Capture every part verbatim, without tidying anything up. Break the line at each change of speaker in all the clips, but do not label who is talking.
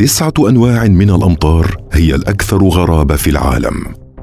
تسعة أنواع من الأمطار هي الأكثر غرابة في العالم.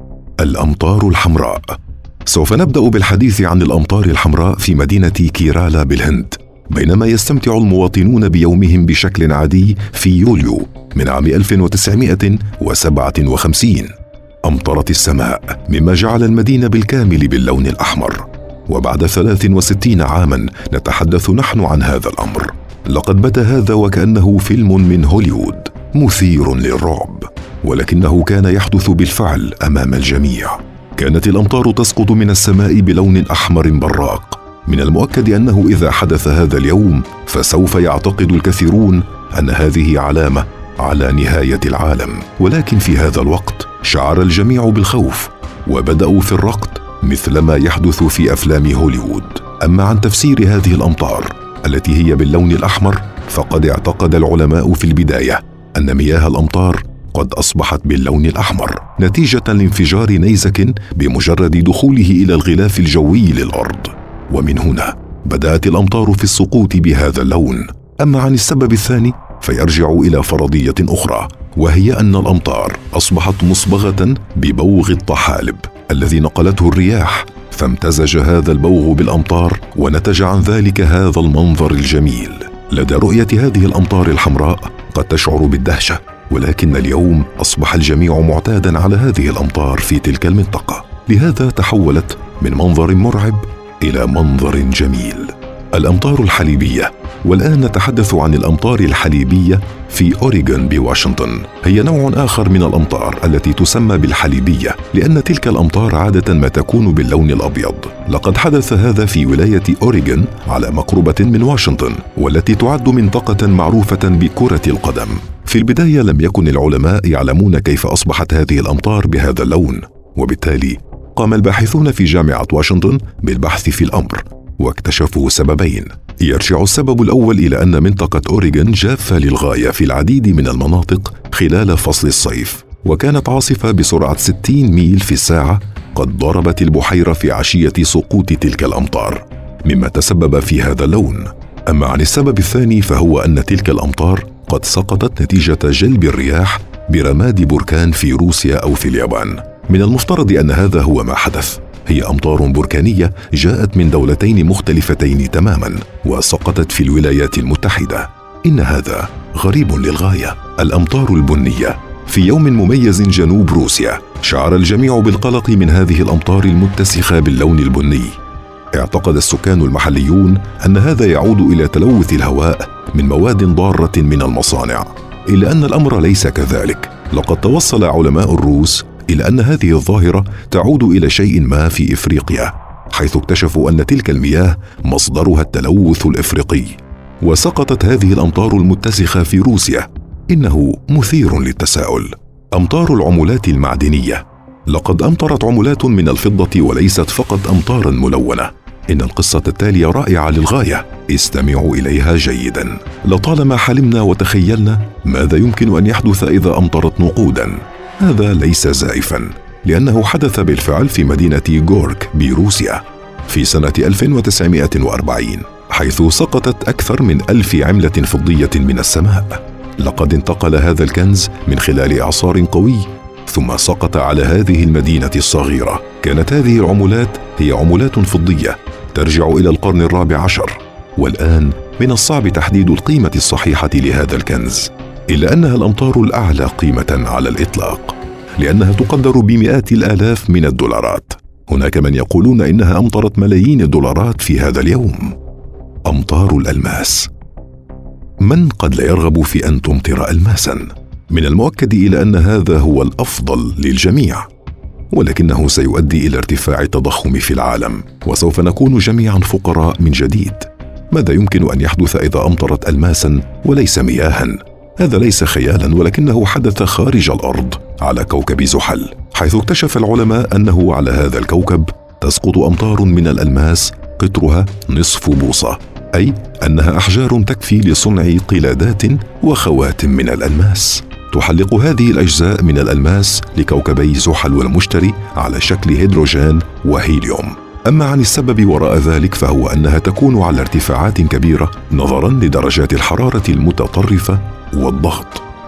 الأمطار الحمراء. سوف نبدأ بالحديث عن الأمطار الحمراء في مدينة كيرالا بالهند، بينما يستمتع المواطنون بيومهم بشكل عادي في يوليو من عام ألف وتسعمائة وسبعة وخمسين. أمطرت السماء مما جعل المدينة بالكامل باللون الأحمر، وبعد ثلاث وستين عاما نتحدث نحن عن هذا الأمر. لقد بدا هذا وكأنه فيلم من هوليوود مثير للرعب، ولكنه كان يحدث بالفعل أمام الجميع. كانت الأمطار تسقط من السماء بلون أحمر براق. من المؤكد أنه إذا حدث هذا اليوم فسوف يعتقد الكثيرون أن هذه علامة على نهاية العالم، ولكن في هذا الوقت شعر الجميع بالخوف وبدأوا في الركض مثل ما يحدث في أفلام هوليوود. أما عن تفسير هذه الأمطار التي هي باللون الأحمر، فقد اعتقد العلماء في البداية أن مياه الأمطار قد أصبحت باللون الأحمر نتيجة لانفجار نيزك بمجرد دخوله إلى الغلاف الجوي للأرض، ومن هنا بدأت الأمطار في السقوط بهذا اللون. أما عن السبب الثاني فيرجع إلى فرضية أخرى، وهي أن الأمطار أصبحت مصبغة ببوغ الطحالب الذي نقلته الرياح، فامتزج هذا البوغ بالأمطار ونتج عن ذلك هذا المنظر الجميل. لدى رؤية هذه الأمطار الحمراء قد تشعر بالدهشة، ولكن اليوم أصبح الجميع معتادا على هذه الأمطار في تلك المنطقة، لهذا تحولت من منظر مرعب إلى منظر جميل. الأمطار الحليبية. والآن نتحدث عن الأمطار الحليبية في أوريغون بواشنطن. هي نوع آخر من الأمطار التي تسمى بالحليبية، لأن تلك الأمطار عادة ما تكون باللون الأبيض. لقد حدث هذا في ولاية أوريغون على مقربة من واشنطن، والتي تعد منطقة معروفة بكرة القدم. في البداية لم يكن العلماء يعلمون كيف أصبحت هذه الأمطار بهذا اللون، وبالتالي قام الباحثون في جامعة واشنطن بالبحث في الأمر، واكتشفوا سببين. يرجع السبب الأول إلى أن منطقة أوريغون جافة للغاية في العديد من المناطق خلال فصل الصيف، وكانت عاصفة بسرعة ستين ميل في الساعة قد ضربت البحيرة في عشية سقوط تلك الأمطار، مما تسبب في هذا اللون. أما عن السبب الثاني فهو أن تلك الأمطار قد سقطت نتيجة جلب الرياح برماد بركان في روسيا أو في اليابان. من المفترض أن هذا هو ما حدث. هي أمطار بركانية جاءت من دولتين مختلفتين تماما وسقطت في الولايات المتحدة. إن هذا غريب للغاية. الأمطار البنية. في يوم مميز جنوب روسيا شعر الجميع بالقلق من هذه الأمطار المتسخة باللون البني. اعتقد السكان المحليون أن هذا يعود إلى تلوث الهواء من مواد ضارة من المصانع، إلا أن الأمر ليس كذلك. لقد توصل علماء الروس إلى أن هذه الظاهرة تعود إلى شيء ما في إفريقيا، حيث اكتشفوا أن تلك المياه مصدرها التلوث الإفريقي، وسقطت هذه الأمطار المتسخة في روسيا. إنه مثير للتساؤل. أمطار العملات المعدنية. لقد أمطرت عملات من الفضة وليست فقط أمطارا ملونة. إن القصة التالية رائعة للغاية، استمعوا إليها جيدا. لطالما حلمنا وتخيلنا ماذا يمكن أن يحدث إذا أمطرت نقودا. هذا ليس زائفا، لأنه حدث بالفعل في مدينة غورك بروسيا في سنة ألف وتسعمائة وأربعين، حيث سقطت أكثر من ألف عملة فضية من السماء. لقد انتقل هذا الكنز من خلال إعصار قوي ثم سقط على هذه المدينة الصغيرة. كانت هذه العملات هي عملات فضية ترجع إلى القرن الرابع عشر، والآن من الصعب تحديد القيمة الصحيحة لهذا الكنز، إلا أنها الأمطار الأعلى قيمة على الإطلاق، لأنها تقدر بمئات الآلاف من الدولارات. هناك من يقولون إنها أمطرت ملايين الدولارات في هذا اليوم. أمطار الألماس. من قد لا يرغب في أن تمطر ألماسا؟ من المؤكد إلى أن هذا هو الأفضل للجميع، ولكنه سيؤدي إلى ارتفاع التضخم في العالم، وسوف نكون جميعا فقراء من جديد. ماذا يمكن أن يحدث إذا أمطرت ألماسا وليس مياها؟ هذا ليس خيالا، ولكنه حدث خارج الأرض على كوكب زحل، حيث اكتشف العلماء أنه على هذا الكوكب تسقط أمطار من الألماس قطرها نصف بوصة، أي أنها أحجار تكفي لصنع قلادات وخواتم من الألماس. تحلق هذه الأجزاء من الألماس لكوكبي زحل والمشتري على شكل هيدروجين وهيليوم. أما عن السبب وراء ذلك فهو أنها تكون على ارتفاعات كبيرة نظرا لدرجات الحرارة المتطرفة والضغط.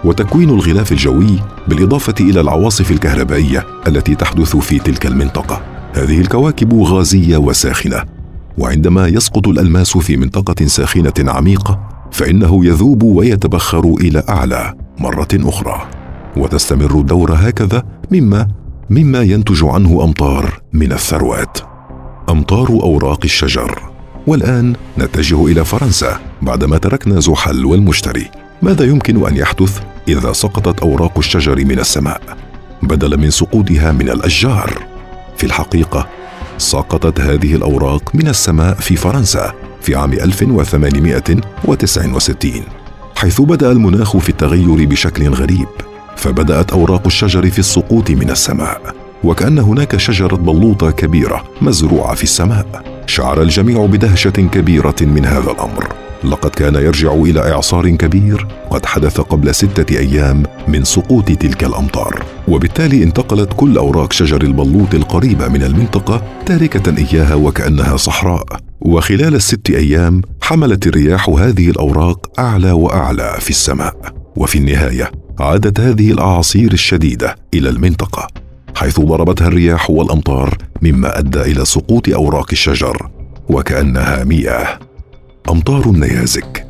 وتكوين الغلاف الجوي، بالإضافة إلى العواصف الكهربائية التي تحدث في تلك المنطقة. هذه الكواكب غازية وساخنة، وعندما يسقط الألماس في منطقة ساخنة عميقة فإنه يذوب ويتبخر إلى أعلى مرة أخرى، وتستمر الدورة هكذا مما مما ينتج عنه أمطار من الثروات، أمطار أوراق الشجر. والآن نتجه إلى فرنسا بعدما تركنا زحل والمشتري. ماذا يمكن أن يحدث إذا سقطت أوراق الشجر من السماء بدلا من سقوطها من الأشجار؟ في الحقيقة سقطت هذه الأوراق من السماء في فرنسا في عام ألف وثمانمائة وتسعة وستين، حيث بدأ المناخ في التغير بشكل غريب، فبدأت أوراق الشجر في السقوط من السماء، وكأن هناك شجرة بلوطة كبيرة مزروعة في السماء. شعر الجميع بدهشة كبيرة من هذا الأمر. لقد كان يرجع إلى إعصار كبير قد حدث قبل ستة أيام من سقوط تلك الأمطار، وبالتالي انتقلت كل أوراق شجر البلوط القريبة من المنطقة تاركة إياها وكأنها صحراء. وخلال الست أيام حملت الرياح هذه الأوراق أعلى وأعلى في السماء، وفي النهاية عادت هذه الأعاصير الشديدة إلى المنطقة، حيث ضربتها الرياح والأمطار، مما أدى إلى سقوط أوراق الشجر وكأنها مياه. أمطار النيازك.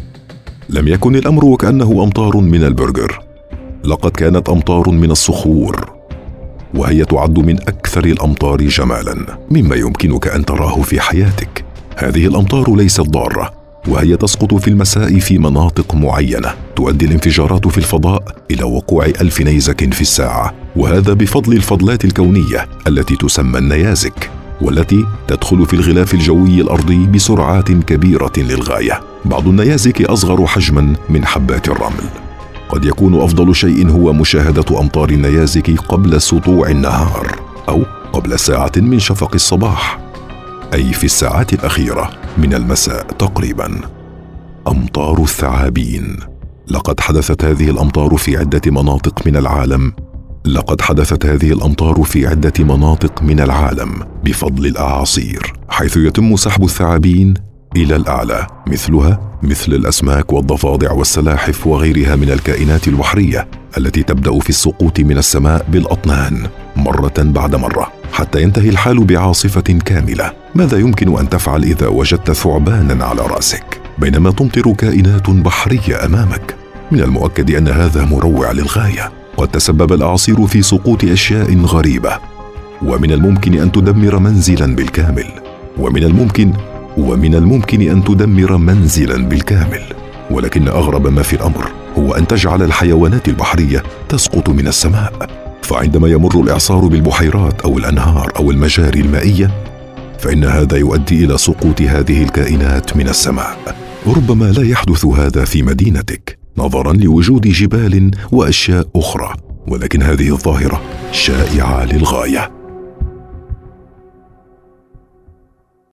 لم يكن الأمر وكأنه أمطار من البرجر، لقد كانت أمطار من الصخور، وهي تعد من أكثر الأمطار جمالا مما يمكنك أن تراه في حياتك. هذه الأمطار ليست ضارة، وهي تسقط في المساء في مناطق معينة. تؤدي الانفجارات في الفضاء إلى وقوع ألف نيزك في الساعة، وهذا بفضل الفضلات الكونية التي تسمى النيازك، والتي تدخل في الغلاف الجوي الأرضي بسرعات كبيرة للغاية. بعض النيازك أصغر حجما من حبات الرمل. قد يكون أفضل شيء هو مشاهدة أمطار النيازك قبل سطوع النهار، أو قبل ساعة من شفق الصباح، أي في الساعات الأخيرة من المساء تقريبا. أمطار الثعابين. لقد حدثت هذه الأمطار في عدة مناطق من العالم لقد حدثت هذه الأمطار في عدة مناطق من العالم بفضل الأعاصير، حيث يتم سحب الثعابين إلى الأعلى، مثلها مثل الأسماك والضفادع والسلاحف وغيرها من الكائنات البحرية التي تبدأ في السقوط من السماء بالأطنان مرة بعد مرة حتى ينتهي الحال بعاصفة كاملة. ماذا يمكن أن تفعل إذا وجدت ثعبانا على رأسك بينما تمطر كائنات بحرية أمامك؟ من المؤكد أن هذا مروع للغاية. قد تسبب الأعاصير في سقوط أشياء غريبة، ومن الممكن أن تدمر منزلا بالكامل ومن الممكن ومن الممكن أن تدمر منزلا بالكامل ولكن أغرب ما في الأمر هو أن تجعل الحيوانات البحرية تسقط من السماء. فعندما يمر الإعصار بالبحيرات أو الأنهار أو المجاري المائية، فإن هذا يؤدي إلى سقوط هذه الكائنات من السماء. ربما لا يحدث هذا في مدينتك نظرا لوجود جبال وأشياء أخرى، ولكن هذه الظاهرة شائعة للغاية.